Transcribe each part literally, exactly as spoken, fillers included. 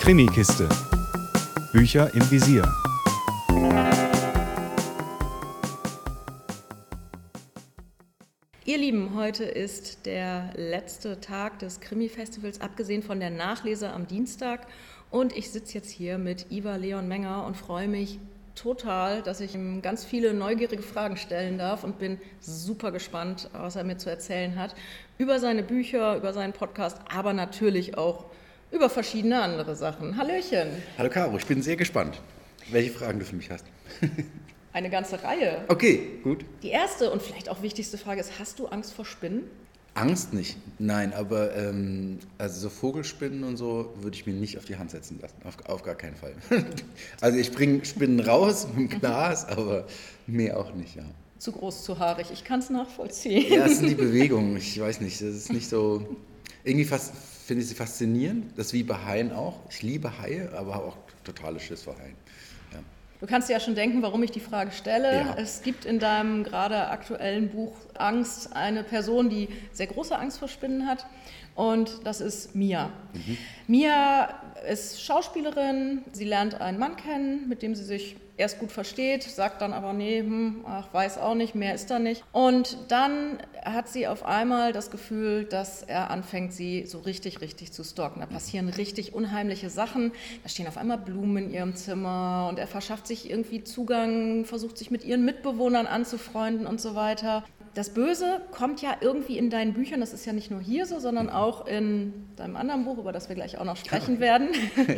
Krimikiste. Bücher im Visier. Ihr Lieben, heute ist der letzte Tag des Krimi-Festivals, abgesehen von der Nachlese am Dienstag. Und ich sitze jetzt hier mit Ivar Leon Menger und freue mich total, dass ich ihm ganz viele neugierige Fragen stellen darf und bin super gespannt, was er mir zu erzählen hat, über seine Bücher, über seinen Podcast, aber natürlich auch über verschiedene andere Sachen. Hallöchen. Hallo Caro, ich bin sehr gespannt, welche Fragen du für mich hast. Eine ganze Reihe. Okay, gut. Die erste und vielleicht auch wichtigste Frage ist, hast du Angst vor Spinnen? Angst nicht, nein, aber ähm, also so Vogelspinnen und so würde ich mir nicht auf die Hand setzen lassen, auf, auf gar keinen Fall. Also ich bringe Spinnen raus mit dem Glas, aber mehr auch nicht, ja. Zu groß, zu haarig, ich kann es nachvollziehen. Ja, es sind die Bewegungen, ich weiß nicht, das ist nicht so, irgendwie fast, finde ich sie faszinierend, das ist wie bei Haien auch. Ich liebe Haie, aber habe auch totale Schiss vor Haien. Ja. Du kannst dir ja schon denken, warum ich die Frage stelle. Ja. Es gibt in deinem gerade aktuellen Buch Angst eine Person, die sehr große Angst vor Spinnen hat. Und das ist Mia. Mhm. Mia ist Schauspielerin. Sie lernt einen Mann kennen, mit dem sie sich erst gut versteht, sagt dann aber, nee, hm, ach, weiß auch nicht, mehr ist da nicht. Und dann hat sie auf einmal das Gefühl, dass er anfängt, sie so richtig, richtig zu stalken. Da passieren richtig unheimliche Sachen. Da stehen auf einmal Blumen in ihrem Zimmer und er verschafft sich irgendwie Zugang, versucht sich mit ihren Mitbewohnern anzufreunden und so weiter. Das Böse kommt ja irgendwie in deinen Büchern, das ist ja nicht nur hier so, sondern auch in deinem anderen Buch, über das wir gleich auch noch sprechen werden,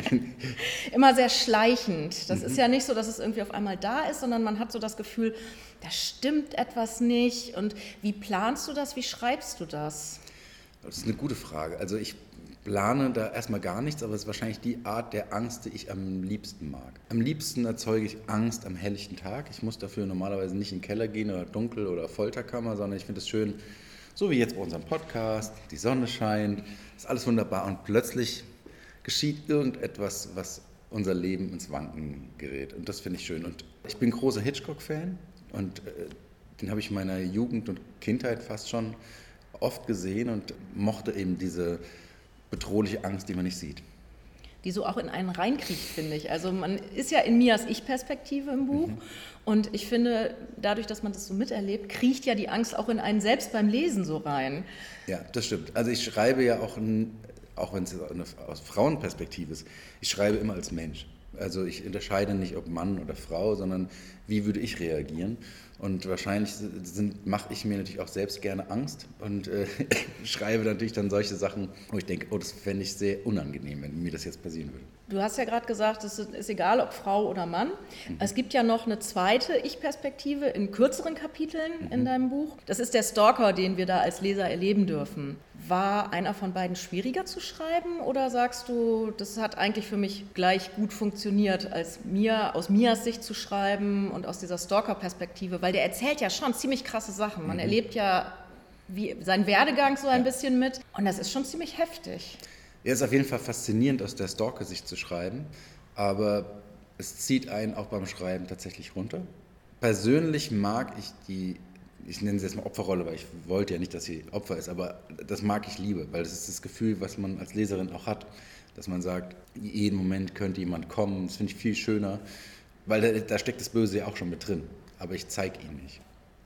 immer sehr schleichend. Das ist ja nicht so, dass es irgendwie auf einmal da ist, sondern man hat so das Gefühl, da stimmt etwas nicht. Und wie planst du das, wie schreibst du das? Das ist eine gute Frage. Also ich plane da erstmal gar nichts, aber es ist wahrscheinlich die Art der Angst, die ich am liebsten mag. Am liebsten erzeuge ich Angst am helllichten Tag. Ich muss dafür normalerweise nicht in den Keller gehen oder dunkel oder Folterkammer, sondern ich finde es schön, so wie jetzt bei unserem Podcast, die Sonne scheint, ist alles wunderbar und plötzlich geschieht irgendetwas, was unser Leben ins Wanken gerät und das finde ich schön. Und ich bin großer Hitchcock-Fan und äh, den habe ich in meiner Jugend und Kindheit fast schon oft gesehen und mochte eben diese bedrohliche Angst, die man nicht sieht. Die so auch in einen reinkriegt, finde ich. Also man ist ja in Mias Ich-Perspektive im Buch mhm. und ich finde, dadurch, dass man das so miterlebt, kriecht ja die Angst auch in einen selbst beim Lesen so rein. Ja, das stimmt. Also ich schreibe ja auch, auch wenn es aus Frauenperspektive ist, ich schreibe immer als Mensch. Also ich unterscheide nicht, ob Mann oder Frau, sondern wie würde ich reagieren. Und wahrscheinlich mache ich mir natürlich auch selbst gerne Angst und äh, schreibe natürlich dann solche Sachen, wo ich denke, oh, das fände ich sehr unangenehm, wenn mir das jetzt passieren würde. Du hast ja gerade gesagt, es ist egal, ob Frau oder Mann. Mhm. Es gibt ja noch eine zweite Ich-Perspektive in kürzeren Kapiteln mhm. in deinem Buch. Das ist der Stalker, den wir da als Leser erleben dürfen. War einer von beiden schwieriger zu schreiben oder sagst du, das hat eigentlich für mich gleich gut funktioniert, als Mia, aus Mias Sicht zu schreiben und aus dieser Stalker-Perspektive? Weil der erzählt ja schon ziemlich krasse Sachen. Man mhm. erlebt ja wie, seinen Werdegang so ein ja. bisschen mit und das ist schon ziemlich heftig. Ja, es ist auf jeden Fall faszinierend, aus der Stalker-Sicht zu schreiben, aber es zieht einen auch beim Schreiben tatsächlich runter. Persönlich mag ich die, ich nenne sie jetzt mal Opferrolle, weil ich wollte ja nicht, dass sie Opfer ist, aber das mag ich liebe, weil das ist das Gefühl, was man als Leserin auch hat, dass man sagt, jeden Moment könnte jemand kommen, das finde ich viel schöner, weil da, da steckt das Böse ja auch schon mit drin, aber ich zeige ihn nicht.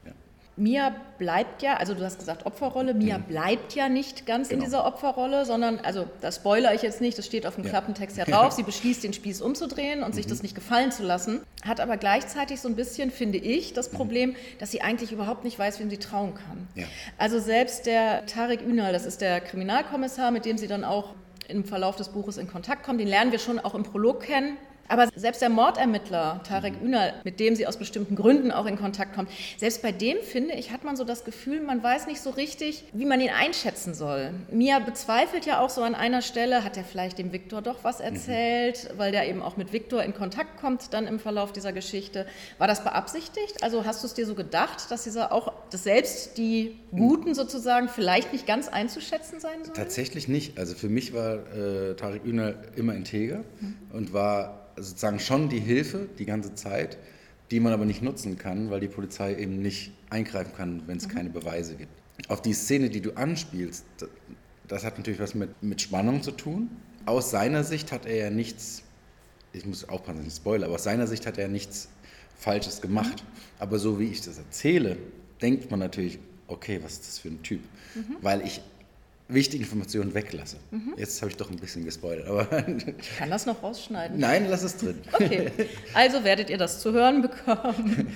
Mia bleibt ja, also du hast gesagt Opferrolle, Mia mhm. bleibt ja nicht ganz genau. in dieser Opferrolle, sondern, also das spoilere ich jetzt nicht, das steht auf dem ja. Klappentext ja drauf, sie beschließt, den Spieß umzudrehen und mhm. sich das nicht gefallen zu lassen, hat aber gleichzeitig so ein bisschen, finde ich, das Problem, mhm. dass sie eigentlich überhaupt nicht weiß, wem sie trauen kann. Ja. Also selbst der Tarek Ünal, das ist der Kriminalkommissar, mit dem sie dann auch im Verlauf des Buches in Kontakt kommt, den lernen wir schon auch im Prolog kennen. Aber selbst der Mordermittler, Tarek Ünal, mit dem sie aus bestimmten Gründen auch in Kontakt kommt, selbst bei dem, finde ich, hat man so das Gefühl, man weiß nicht so richtig, wie man ihn einschätzen soll. Mia bezweifelt ja auch so an einer Stelle, hat er vielleicht dem Viktor doch was erzählt, mhm. weil der eben auch mit Viktor in Kontakt kommt dann im Verlauf dieser Geschichte. War das beabsichtigt? Also hast du es dir so gedacht, dass dieser auch, dass selbst die Guten sozusagen vielleicht nicht ganz einzuschätzen sein sollen? Tatsächlich nicht. Also für mich war äh, Tarek Ünal immer integer mhm. und war sozusagen schon die Hilfe die ganze Zeit, die man aber nicht nutzen kann, weil die Polizei eben nicht eingreifen kann, wenn es mhm. keine Beweise gibt. Auf die Szene, die du anspielst, das hat natürlich was mit, mit Spannung zu tun aus seiner Sicht hat er ja nichts, ich muss aufpassen, nicht Spoiler, aber aus seiner Sicht hat er nichts Falsches gemacht. Mhm. Aber so wie ich das erzähle, denkt man natürlich, okay, was ist das für ein Typ? Mhm. Weil ich wichtige Informationen weglasse. Mhm. Jetzt habe ich doch ein bisschen gespoilert. Aber ich kann das noch rausschneiden. Nein, lass es drin. Okay, also werdet ihr das zu hören bekommen.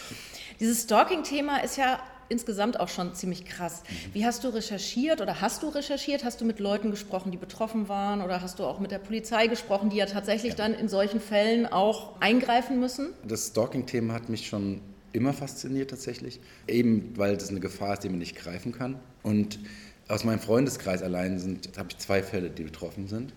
Dieses Stalking-Thema ist ja insgesamt auch schon ziemlich krass. Mhm. Wie hast du recherchiert oder hast du recherchiert? Hast du mit Leuten gesprochen, die betroffen waren, oder hast du auch mit der Polizei gesprochen, die ja tatsächlich ja. dann in solchen Fällen auch eingreifen müssen? Das Stalking-Thema hat mich schon immer fasziniert tatsächlich, eben weil das eine Gefahr ist, die man nicht greifen kann. Und aus meinem Freundeskreis allein sind, habe ich zwei Fälle, die betroffen sind.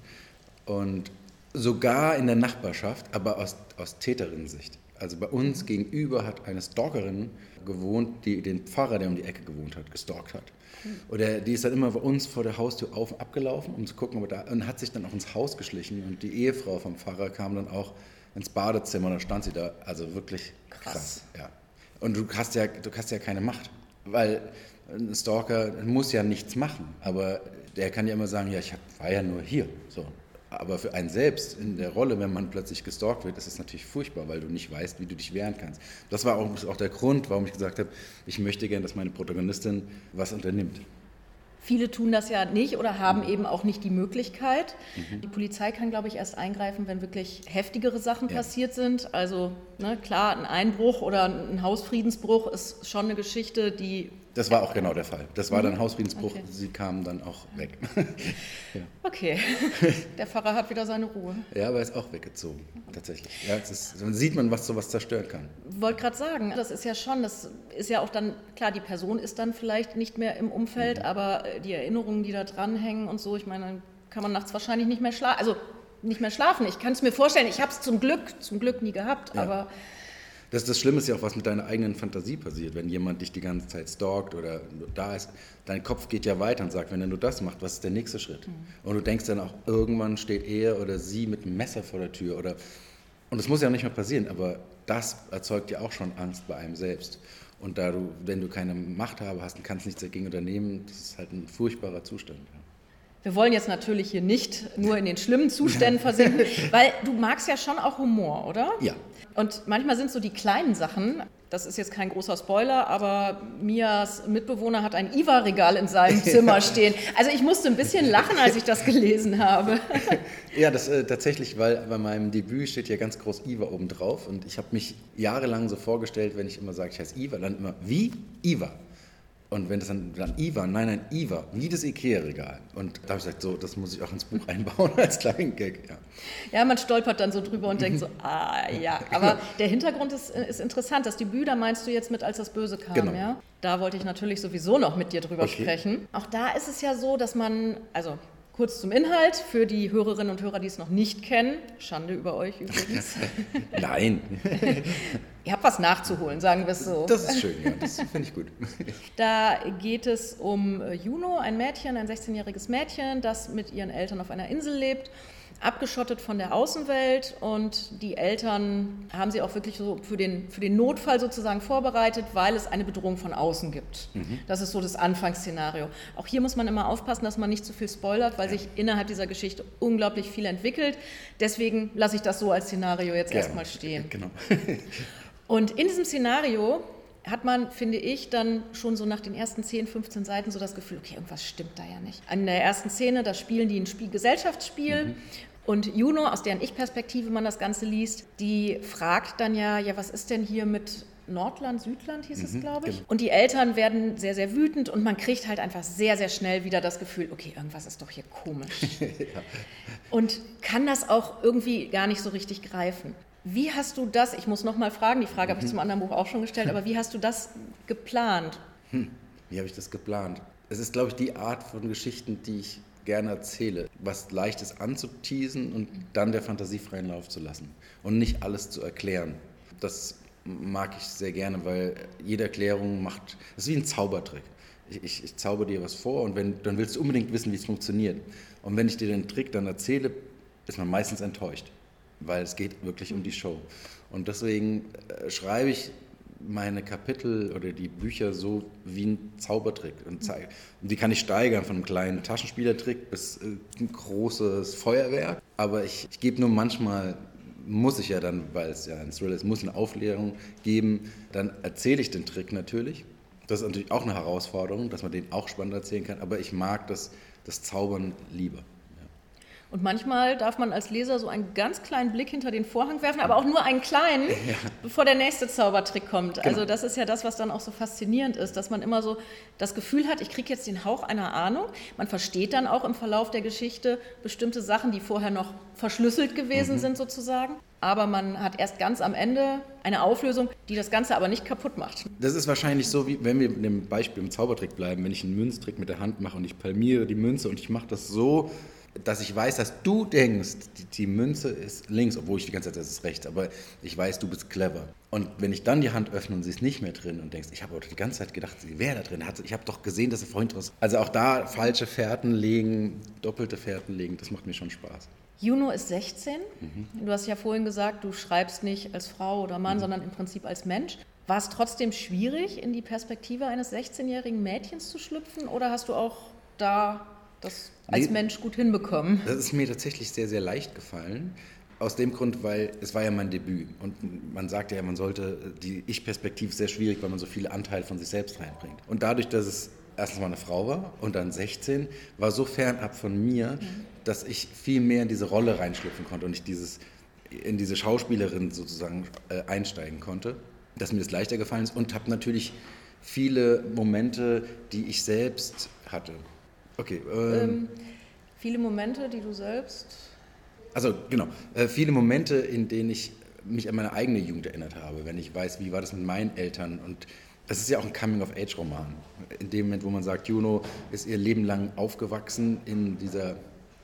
Und sogar in der Nachbarschaft, aber aus, aus Täterinnen-Sicht. Also bei uns gegenüber hat eine Stalkerin gewohnt, die den Pfarrer, der um die Ecke gewohnt hat, gestalkt hat. Oder die ist dann immer bei uns vor der Haustür auf und abgelaufen, um zu gucken, ob er da, und hat sich dann auch ins Haus geschlichen. Und die Ehefrau vom Pfarrer kam dann auch ins Badezimmer, und da stand sie da. Also wirklich krass. krass ja. Und du hast ja, du hast ja keine Macht, weil ein Stalker muss ja nichts machen, aber der kann ja immer sagen, ja, ich war ja nur hier. So. Aber für einen selbst in der Rolle, wenn man plötzlich gestalkt wird, ist es natürlich furchtbar, weil du nicht weißt, wie du dich wehren kannst. Das war auch, auch der Grund, warum ich gesagt habe, ich möchte gerne, dass meine Protagonistin was unternimmt. Viele tun das ja nicht oder haben mhm. eben auch nicht die Möglichkeit. Mhm. Die Polizei kann, glaube ich, erst eingreifen, wenn wirklich heftigere Sachen ja. passiert sind. Also ne, klar, ein Einbruch oder ein Hausfriedensbruch ist schon eine Geschichte, die... Das war auch genau der Fall. Das war dann Hausfriedensbruch, okay. Sie kamen dann auch weg. ja. Okay, der Pfarrer hat wieder seine Ruhe. Ja, aber er ist auch weggezogen, tatsächlich. Ja, es ist, dann sieht man, was sowas zerstören kann. Ich wollte gerade sagen, das ist ja schon, das ist ja auch dann, klar, die Person ist dann vielleicht nicht mehr im Umfeld, mhm. aber die Erinnerungen, die da dranhängen und so, ich meine, dann kann man nachts wahrscheinlich nicht mehr schlafen, also nicht mehr schlafen. Ich kann es mir vorstellen, ich habe es zum Glück, zum Glück nie gehabt, ja. aber... Das, das Schlimme ist ja auch, was mit deiner eigenen Fantasie passiert, wenn jemand dich die ganze Zeit stalkt oder da ist. Dein Kopf geht ja weiter und sagt, wenn er nur das macht, was ist der nächste Schritt? Mhm. Und du denkst dann auch, irgendwann steht er oder sie mit einem Messer vor der Tür. Oder, und das muss ja nicht mehr passieren, aber das erzeugt ja auch schon Angst bei einem selbst. Und da du, wenn du keine Machthabe hast und kannst nichts dagegen unternehmen, das ist halt ein furchtbarer Zustand. Ja. Wir wollen jetzt natürlich hier nicht nur in den schlimmen Zuständen versinken, weil du magst ja schon auch Humor, oder? Ja. Und manchmal sind so die kleinen Sachen, das ist jetzt kein großer Spoiler, aber Mias Mitbewohner hat ein I W A-Regal in seinem Zimmer stehen. Also ich musste ein bisschen lachen, als ich das gelesen habe. Ja, das äh, tatsächlich, weil bei meinem Debüt steht ja ganz groß I W A oben drauf und ich habe mich jahrelang so vorgestellt, wenn ich immer sage, ich heiße I W A, dann immer, wie? I W A. Und wenn das dann, dann I W A, nein, nein, I W A, wie das Ikea-Regal. Und da habe ich gesagt, so, das muss ich auch ins Buch einbauen als kleinen Gag. Ja. ja, man stolpert dann so drüber und denkt so, ah ja. Aber der Hintergrund ist, ist interessant. Das Debüt, da meinst du jetzt mit Als das Böse kam, genau. ja? Da wollte ich natürlich sowieso noch mit dir drüber okay. sprechen. Auch da ist es ja so, dass man, also kurz zum Inhalt, für die Hörerinnen und Hörer, die es noch nicht kennen, Schande über euch übrigens. Nein. Ihr habt was nachzuholen, sagen wir es so. Das ist schön, ja, das finde ich gut. Da geht es um Juno, ein Mädchen, ein sechzehnjähriges Mädchen, das mit ihren Eltern auf einer Insel lebt, abgeschottet von der Außenwelt, und die Eltern haben sie auch wirklich so für den, für den Notfall sozusagen vorbereitet, weil es eine Bedrohung von außen gibt. Mhm. Das ist so das Anfangsszenario. Auch hier muss man immer aufpassen, dass man nicht zu viel spoilert, weil ja. sich innerhalb dieser Geschichte unglaublich viel entwickelt. Deswegen lasse ich das so als Szenario jetzt ja. erstmal stehen. Genau. Und in diesem Szenario hat man, finde ich, dann schon so nach den ersten zehn, fünfzehn Seiten so das Gefühl, okay, irgendwas stimmt da ja nicht. In der ersten Szene, da spielen die ein Spiel, Gesellschaftsspiel. Mhm. Und Juno, aus deren Ich-Perspektive man das Ganze liest, die fragt dann ja, ja, was ist denn hier mit Nordland, Südland hieß mhm, es, glaube ich. Genau. Und die Eltern werden sehr, sehr wütend und man kriegt halt einfach sehr, sehr schnell wieder das Gefühl, okay, irgendwas ist doch hier komisch. ja. Und kann das auch irgendwie gar nicht so richtig greifen. Wie hast du das, ich muss noch mal fragen, die Frage mhm. habe ich zum anderen Buch auch schon gestellt, aber wie hast du das geplant? Hm, wie habe ich das geplant? Es ist, glaube ich, die Art von Geschichten, die ich gerne erzähle, was Leichtes anzuteasen und dann der Fantasie freien Lauf zu lassen und nicht alles zu erklären. Das mag ich sehr gerne, weil jede Erklärung macht, das ist wie ein Zaubertrick. Ich, ich, ich zauber dir was vor und wenn, dann willst du unbedingt wissen, wie es funktioniert. Und wenn ich dir den Trick dann erzähle, ist man meistens enttäuscht, weil es geht wirklich um die Show. Und deswegen äh, schreibe ich meine Kapitel oder die Bücher so wie ein Zaubertrick. Und zeige. Und die kann ich steigern, von einem kleinen Taschenspielertrick bis äh, ein großes Feuerwerk. Aber ich, ich gebe nur manchmal, muss ich ja dann, weil es ja ein Thriller ist, muss eine Aufklärung geben. Dann erzähle ich den Trick natürlich. Das ist natürlich auch eine Herausforderung, dass man den auch spannend erzählen kann. Aber ich mag das, das Zaubern lieber. Und manchmal darf man als Leser so einen ganz kleinen Blick hinter den Vorhang werfen, aber auch nur einen kleinen, ja. bevor der nächste Zaubertrick kommt. Genau. Also das ist ja das, was dann auch so faszinierend ist, dass man immer so das Gefühl hat, ich kriege jetzt den Hauch einer Ahnung. Man versteht dann auch im Verlauf der Geschichte bestimmte Sachen, die vorher noch verschlüsselt gewesen mhm. sind sozusagen. Aber man hat erst ganz am Ende eine Auflösung, die das Ganze aber nicht kaputt macht. Das ist wahrscheinlich so, wie wenn wir in dem Beispiel im Zaubertrick bleiben, wenn ich einen Münztrick mit der Hand mache und ich palmiere die Münze und ich mache das so, dass ich weiß, dass du denkst, die, die Münze ist links, obwohl ich die ganze Zeit, das ist rechts, aber ich weiß, du bist clever. Und wenn ich dann die Hand öffne und sie ist nicht mehr drin und denkst, ich habe die ganze Zeit gedacht, sie wäre da drin, ich habe doch gesehen, dass sie vorhin draus... Also auch da falsche Fährten legen, doppelte Fährten legen, das macht mir schon Spaß. Juno ist sechzehn. Mhm. Du hast ja vorhin gesagt, du schreibst nicht als Frau oder Mann, mhm. sondern im Prinzip als Mensch. War es trotzdem schwierig, in die Perspektive eines sechzehnjährigen Mädchens zu schlüpfen oder hast du auch da... das als nee, Mensch gut hinbekommen? Das ist mir tatsächlich sehr, sehr leicht gefallen. Aus dem Grund, weil es war ja mein Debüt. Und man sagt ja, man sollte die Ich-Perspektive sehr schwierig, weil man so viele Anteile von sich selbst reinbringt. Und dadurch, dass es erstens mal eine Frau war und dann sechzehn, war so fernab von mir, mhm. dass ich viel mehr in diese Rolle reinschlüpfen konnte und ich dieses, in diese Schauspielerin sozusagen äh, einsteigen konnte, dass mir das leichter gefallen ist und habe natürlich viele Momente, die ich selbst hatte. Okay. Ähm, ähm, viele Momente, die du selbst... Also genau, äh, viele Momente, in denen ich mich an meine eigene Jugend erinnert habe, wenn ich weiß, wie war das mit meinen Eltern. Und das ist ja auch ein Coming-of-Age-Roman. In dem Moment, wo man sagt, Juno ist ihr Leben lang aufgewachsen in dieser...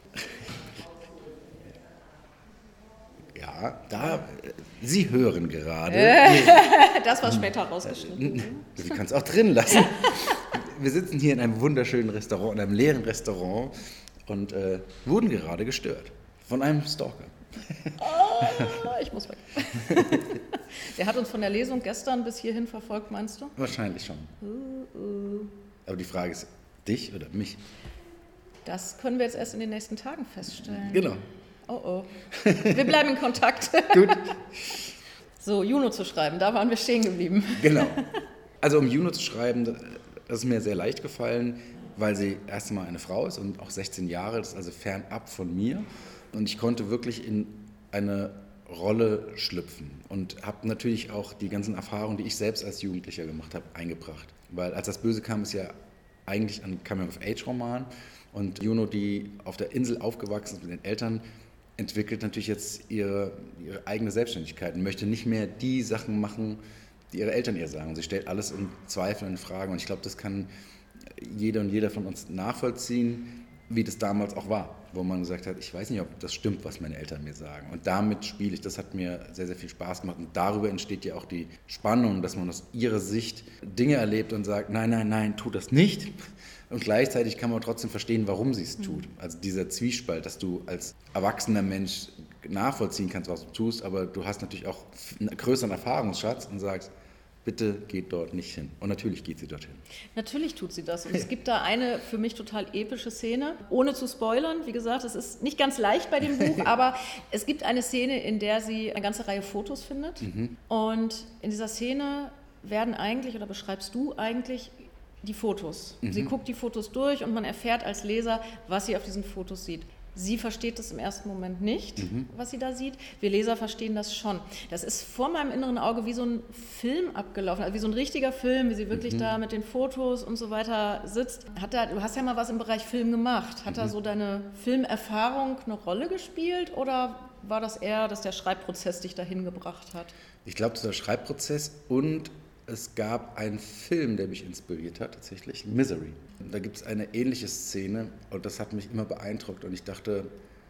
ja, da... Sie hören gerade... Das war später rausgeschnitten. Sie kann es auch drin lassen. Wir sitzen hier in einem wunderschönen Restaurant, in einem leeren Restaurant und äh, wurden gerade gestört von einem Stalker. Oh, ich muss weg. Der hat uns von der Lesung gestern bis hierhin verfolgt, meinst du? Wahrscheinlich schon. Uh, uh. Aber die Frage ist, dich oder mich? Das können wir jetzt erst in den nächsten Tagen feststellen. Genau. Oh oh. Wir bleiben in Kontakt. Gut. So, Juno zu schreiben, da waren wir stehen geblieben. Genau. Also um Juno zu schreiben, das ist mir sehr leicht gefallen, weil sie erst einmal eine Frau ist und auch sechzehn Jahre, das ist also fernab von mir. Und ich konnte wirklich in eine Rolle schlüpfen und habe natürlich auch die ganzen Erfahrungen, die ich selbst als Jugendlicher gemacht habe, eingebracht. Weil als das Böse kam, ist ja eigentlich ein Coming-of-Age-Roman und Juno, die auf der Insel aufgewachsen ist mit den Eltern, entwickelt natürlich jetzt ihre, ihre eigene Selbstständigkeit und möchte nicht mehr die Sachen machen, die ihre Eltern ihr sagen. Sie stellt alles in Zweifel und in Frage. Und ich glaube, das kann jeder und jeder von uns nachvollziehen, wie das damals auch war, wo man gesagt hat, ich weiß nicht, ob das stimmt, was meine Eltern mir sagen. Und damit spiele ich, das hat mir sehr, sehr viel Spaß gemacht. Und darüber entsteht ja auch die Spannung, dass man aus ihrer Sicht Dinge erlebt und sagt, nein, nein, nein, tu das nicht. Und gleichzeitig kann man trotzdem verstehen, warum sie es tut. Also dieser Zwiespalt, dass du als erwachsener Mensch nachvollziehen kannst, was du tust, aber du hast natürlich auch einen größeren Erfahrungsschatz und sagst, bitte geht dort nicht hin. Und natürlich geht sie dorthin. Natürlich tut sie das. Und es gibt da eine für mich total epische Szene, ohne zu spoilern. Wie gesagt, es ist nicht ganz leicht bei dem Buch, aber es gibt eine Szene, in der sie eine ganze Reihe Fotos findet. Mhm. Und in dieser Szene werden eigentlich, oder beschreibst du eigentlich, die Fotos. Mhm. Sie guckt die Fotos durch und man erfährt als Leser, was sie auf diesen Fotos sieht. Sie versteht das im ersten Moment nicht, mhm. was sie da sieht. Wir Leser verstehen das schon. Das ist vor meinem inneren Auge wie so ein Film abgelaufen, also wie so ein richtiger Film, wie sie wirklich mhm. da mit den Fotos und so weiter sitzt. Hat da, du hast ja mal was im Bereich Film gemacht. Hat mhm. da so deine Filmerfahrung eine Rolle gespielt oder war das eher, dass der Schreibprozess dich dahin gebracht hat? Ich glaube, das ist der Schreibprozess und es gab einen Film, der mich inspiriert hat, tatsächlich, Misery. Da gibt es eine ähnliche Szene und das hat mich immer beeindruckt und ich dachte,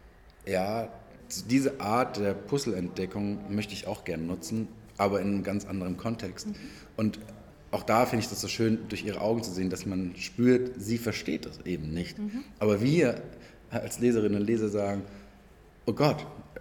ja, diese Art der Puzzleentdeckung möchte ich auch gerne nutzen, aber in einem ganz anderen Kontext. Mhm. Und auch da finde ich das so schön, durch ihre Augen zu sehen, dass man spürt, sie versteht das eben nicht. Mhm. Aber wir als Leserinnen und Leser sagen, oh Gott,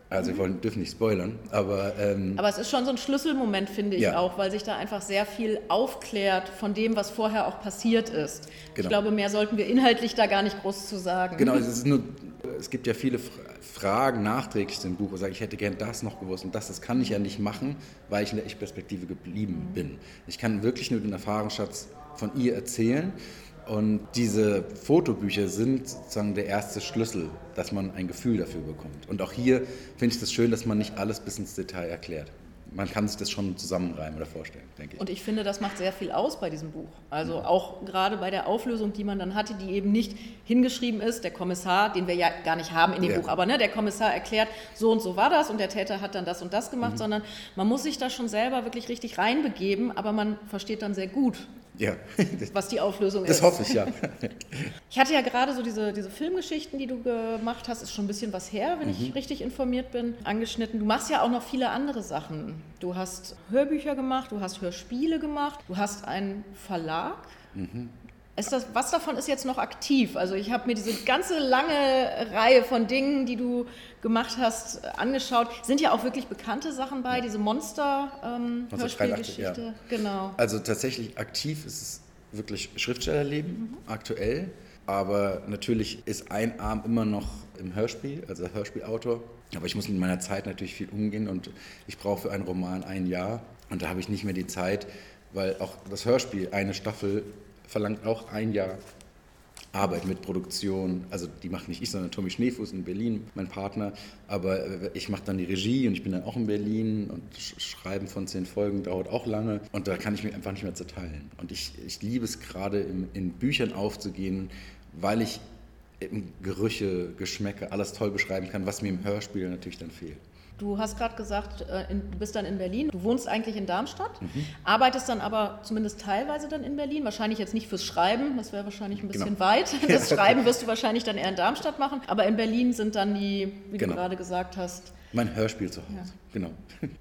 Also wir wollen, dürfen nicht spoilern, aber... Ähm, aber es ist schon so ein Schlüsselmoment, finde ich ja. auch, weil sich da einfach sehr viel aufklärt von dem, was vorher auch passiert ist. Genau. Ich glaube, mehr sollten wir inhaltlich da gar nicht groß zu sagen. Genau, es, ist nur, es gibt ja viele Fragen nachträglich im Buch, wo ich sage, ich hätte gern das noch gewusst und das, das kann ich ja nicht machen, weil ich in der Ich-Perspektive geblieben mhm. bin. Ich kann wirklich nur den Erfahrungsschatz von ihr erzählen. Und diese Fotobücher sind sozusagen der erste Schlüssel, dass man ein Gefühl dafür bekommt. Und auch hier finde ich das schön, dass man nicht alles bis ins Detail erklärt. Man kann sich das schon zusammenreimen oder vorstellen, denke ich. Und ich finde, das macht sehr viel aus bei diesem Buch. Also auch gerade bei der Auflösung, die man dann hatte, die eben nicht hingeschrieben ist, der Kommissar, den wir ja gar nicht haben in dem ja. Buch, aber ne, der Kommissar erklärt, so und so war das und der Täter hat dann das und das gemacht, mhm. sondern man muss sich da schon selber wirklich richtig reinbegeben, aber man versteht dann sehr gut, ja. was die Auflösung das ist. Das hoffe ich, ja. Ich hatte ja gerade so diese, diese Filmgeschichten, die du gemacht hast, ist schon ein bisschen was her, wenn mhm. ich richtig informiert bin, angeschnitten. Du machst ja auch noch viele andere Sachen. Du hast Hörbücher gemacht, du hast Hörspiele gemacht, du hast einen Verlag. Mhm. Ist das, was davon ist jetzt noch aktiv? Also ich habe mir diese ganze lange Reihe von Dingen, die du gemacht hast, angeschaut. Sind ja auch wirklich bekannte Sachen bei, ja. diese Monster-Hörspielgeschichte. Ähm, ja. Genau. Also tatsächlich aktiv ist es wirklich Schriftstellerleben, mhm. aktuell. Aber natürlich ist ein Arm immer noch im Hörspiel, also Hörspielautor. Aber ich muss mit meiner Zeit natürlich viel umgehen und ich brauche für einen Roman ein Jahr. Und da habe ich nicht mehr die Zeit, weil auch das Hörspiel, eine Staffel, verlangt auch ein Jahr Arbeit mit Produktion. Also die macht nicht ich, sondern Tommy Schneefuß in Berlin, mein Partner. Aber ich mache dann die Regie und ich bin dann auch in Berlin und Schreiben von zehn Folgen dauert auch lange. Und da kann ich mich einfach nicht mehr zerteilen. Und ich, ich liebe es gerade, in, in Büchern aufzugehen, weil ich Gerüche, Geschmäcke, alles toll beschreiben kann, was mir im Hörspiel natürlich dann fehlt. Du hast gerade gesagt, du bist dann in Berlin. Du wohnst eigentlich in Darmstadt, mhm. arbeitest dann aber zumindest teilweise dann in Berlin. Wahrscheinlich jetzt nicht fürs Schreiben, das wäre wahrscheinlich ein bisschen genau. weit. Das Schreiben wirst du wahrscheinlich dann eher in Darmstadt machen. Aber in Berlin sind dann die, wie genau. du gerade gesagt hast... Mein Hörspiel zu Hause, ja. genau.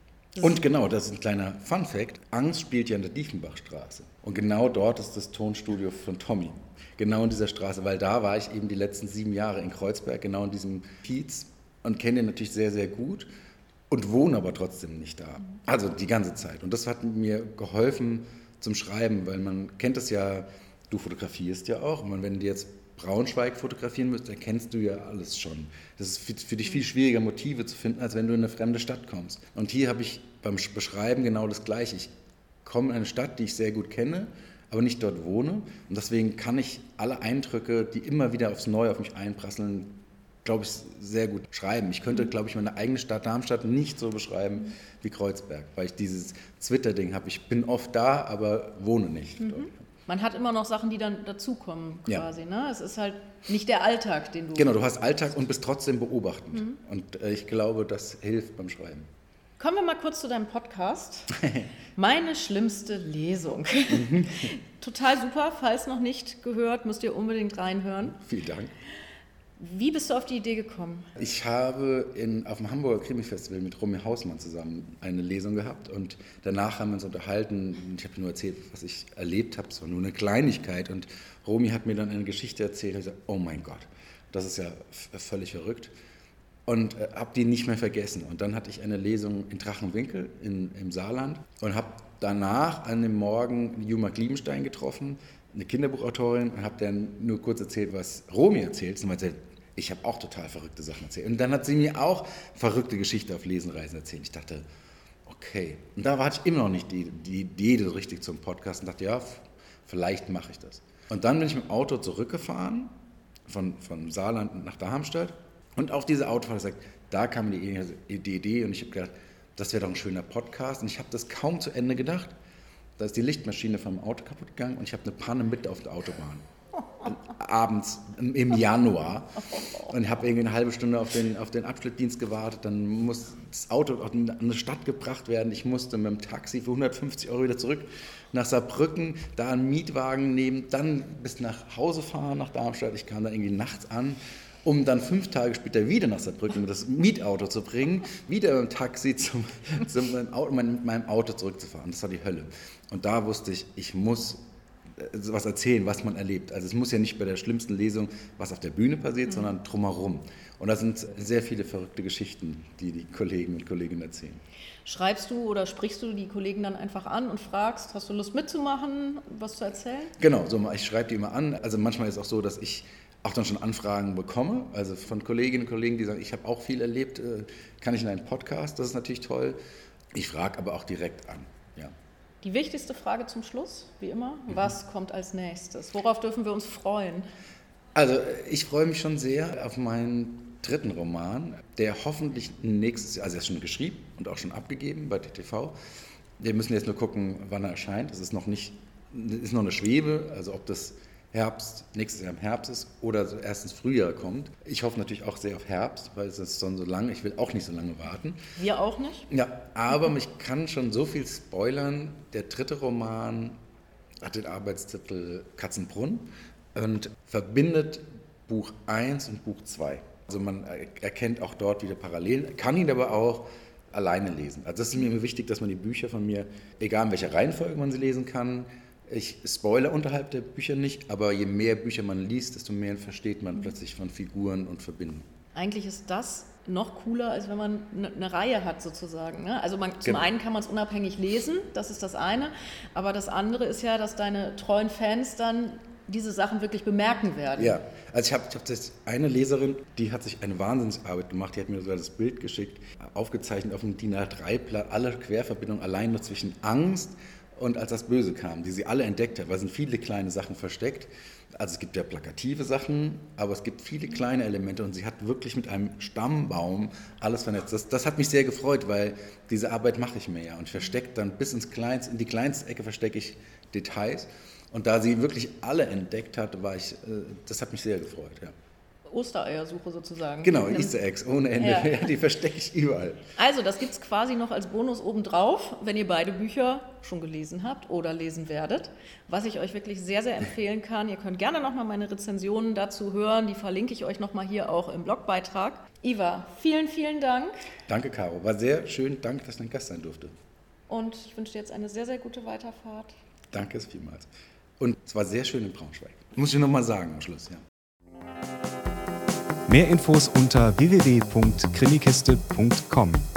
Und genau, das ist ein kleiner Fun-Fact. Angst spielt ja in der Diefenbachstraße. Und genau dort ist das Tonstudio von Tommy. Genau in dieser Straße, weil da war ich eben die letzten sieben Jahre in Kreuzberg, genau in diesem Kiez und kenne den natürlich sehr, sehr gut. Und wohne aber trotzdem nicht da. Also die ganze Zeit. Und das hat mir geholfen zum Schreiben, weil man kennt es ja, du fotografierst ja auch. Und wenn du jetzt Braunschweig fotografieren müsst, dann kennst du ja alles schon. Das ist für, für dich viel schwieriger, Motive zu finden, als wenn du in eine fremde Stadt kommst. Und hier habe ich beim Beschreiben genau das Gleiche. Ich komme in eine Stadt, die ich sehr gut kenne, aber nicht dort wohne. Und deswegen kann ich alle Eindrücke, die immer wieder aufs Neue auf mich einprasseln, glaube ich, sehr gut schreiben. Ich könnte, glaube ich, meine eigene Stadt Darmstadt nicht so beschreiben wie Kreuzberg, weil ich dieses Twitter-Ding habe. Ich bin oft da, aber wohne nicht mhm. dort. Man hat immer noch Sachen, die dann dazukommen quasi. Ja. Ne? Es ist halt nicht der Alltag, den du... Genau, du hast Alltag und bist trotzdem beobachtend. Mhm. Und äh, ich glaube, das hilft beim Schreiben. Kommen wir mal kurz zu deinem Podcast. Meine schlimmste Lesung. Mhm. Total super, falls noch nicht gehört, müsst ihr unbedingt reinhören. Vielen Dank. Wie bist du auf die Idee gekommen? Ich habe in, auf dem Hamburger Krimi-Festival mit Romy Hausmann zusammen eine Lesung gehabt und danach haben wir uns unterhalten. Ich habe nur erzählt, was ich erlebt habe, es war nur eine Kleinigkeit und Romy hat mir dann eine Geschichte erzählt und ich gesagt, oh mein Gott, das ist ja f- völlig verrückt und äh, habe die nicht mehr vergessen. Und dann hatte ich eine Lesung in Drachenwinkel in, im Saarland und habe danach an dem Morgen Juma Gliebenstein getroffen, eine Kinderbuchautorin, und habe dann nur kurz erzählt, was Romy erzählt. Und erzählt, ich habe auch total verrückte Sachen erzählt. Und dann hat sie mir auch verrückte Geschichten auf Lesenreisen erzählt. Ich dachte, okay. Und da hatte ich immer noch nicht die, die Idee so richtig zum Podcast und dachte, ja, vielleicht mache ich das. Und dann bin ich mit dem Auto zurückgefahren, von, von Saarland nach Darmstadt. Und auf diese Autofahrt gesagt, da kam die, die Idee und ich habe gedacht, das wäre doch ein schöner Podcast. Und ich habe das kaum zu Ende gedacht. Da ist die Lichtmaschine vom Auto kaputt gegangen und ich habe eine Panne mit auf der Autobahn. Abends im Januar. Und ich habe irgendwie eine halbe Stunde auf den, auf den Abschnittdienst gewartet. Dann muss das Auto an eine Stadt gebracht werden. Ich musste mit dem Taxi für hundertfünfzig Euro wieder zurück nach Saarbrücken, da einen Mietwagen nehmen, dann bis nach Hause fahren, nach Darmstadt. Ich kam da irgendwie nachts an, um dann fünf Tage später wieder nach Saarbrücken mit das Mietauto zu bringen, wieder mit dem Taxi zum, zum meinem, Auto, meinem Auto zurückzufahren. Das war die Hölle. Und da wusste ich, ich muss was erzählen, was man erlebt. Also es muss ja nicht bei der schlimmsten Lesung, was auf der Bühne passiert, mhm. sondern drumherum. Und da sind sehr viele verrückte Geschichten, die die Kollegen und Kolleginnen erzählen. Schreibst du oder sprichst du die Kollegen dann einfach an und fragst, hast du Lust mitzumachen, was zu erzählen? Genau, so, ich schreibe die immer an. Also manchmal ist es auch so, dass ich auch dann schon Anfragen bekomme, also von Kolleginnen und Kollegen, die sagen, ich habe auch viel erlebt, kann ich in einen Podcast, das ist natürlich toll. Ich frage aber auch direkt an, ja. Die wichtigste Frage zum Schluss, wie immer, mhm. was kommt als nächstes? Worauf dürfen wir uns freuen? Also ich freue mich schon sehr auf meinen dritten Roman, der hoffentlich nächstes Jahr, also er ist schon geschrieben und auch schon abgegeben bei T T V. Wir müssen jetzt nur gucken, wann er erscheint. Das ist noch nicht, ist noch eine Schwebe, also ob das Herbst, nächstes Jahr im Herbst ist oder so erst ins Frühjahr kommt. Ich hoffe natürlich auch sehr auf Herbst, weil es ist schon so lange, ich will auch nicht so lange warten. Wir auch nicht? Ja, aber ich kann schon so viel spoilern. Der dritte Roman hat den Arbeitstitel Katzenbrunn und verbindet Buch eins und Buch zwei. Also man erkennt auch dort wieder Parallelen, kann ihn aber auch alleine lesen. Also das ist mir immer wichtig, dass man die Bücher von mir, egal in welcher Reihenfolge man sie lesen kann, ich spoilere unterhalb der Bücher nicht, aber je mehr Bücher man liest, desto mehr versteht man plötzlich von Figuren und Verbindungen. Eigentlich ist das noch cooler, als wenn man eine, eine Reihe hat sozusagen. Ne? Also man, zum genau. einen kann man es unabhängig lesen, das ist das eine, aber das andere ist ja, dass deine treuen Fans dann diese Sachen wirklich bemerken werden. Ja, also ich habe ich hab das eine Leserin, die hat sich eine Wahnsinnsarbeit gemacht, die hat mir sogar das Bild geschickt, aufgezeichnet auf einem D I N A drei Blatt, alle Querverbindungen allein nur zwischen Angst und als das Böse kam, die sie alle entdeckt hat, weil es sind viele kleine Sachen versteckt. Also es gibt ja plakative Sachen, aber es gibt viele kleine Elemente und sie hat wirklich mit einem Stammbaum alles vernetzt. Das, das hat mich sehr gefreut, weil diese Arbeit mache ich mir ja und ich verstecke dann bis ins Kleinste, in die kleinste Ecke verstecke ich Details. Und da sie wirklich alle entdeckt hat, war ich, das hat mich sehr gefreut, ja. Ostereiersuche sozusagen. Genau, Easter Eggs ohne Ende, ja. Die verstecke ich überall. Also das gibt es quasi noch als Bonus obendrauf, wenn ihr beide Bücher schon gelesen habt oder lesen werdet, was ich euch wirklich sehr, sehr empfehlen kann. Ihr könnt gerne nochmal meine Rezensionen dazu hören, die verlinke ich euch nochmal hier auch im Blogbeitrag. Ivar, vielen, vielen Dank. Danke, Caro, war sehr schön, danke, dass ich dein Gast sein durfte. Und ich wünsche dir jetzt eine sehr, sehr gute Weiterfahrt. Danke vielmals. Und es war sehr schön in Braunschweig. Muss ich nochmal sagen am Schluss, ja. Mehr Infos unter w w w punkt krimikiste punkt com.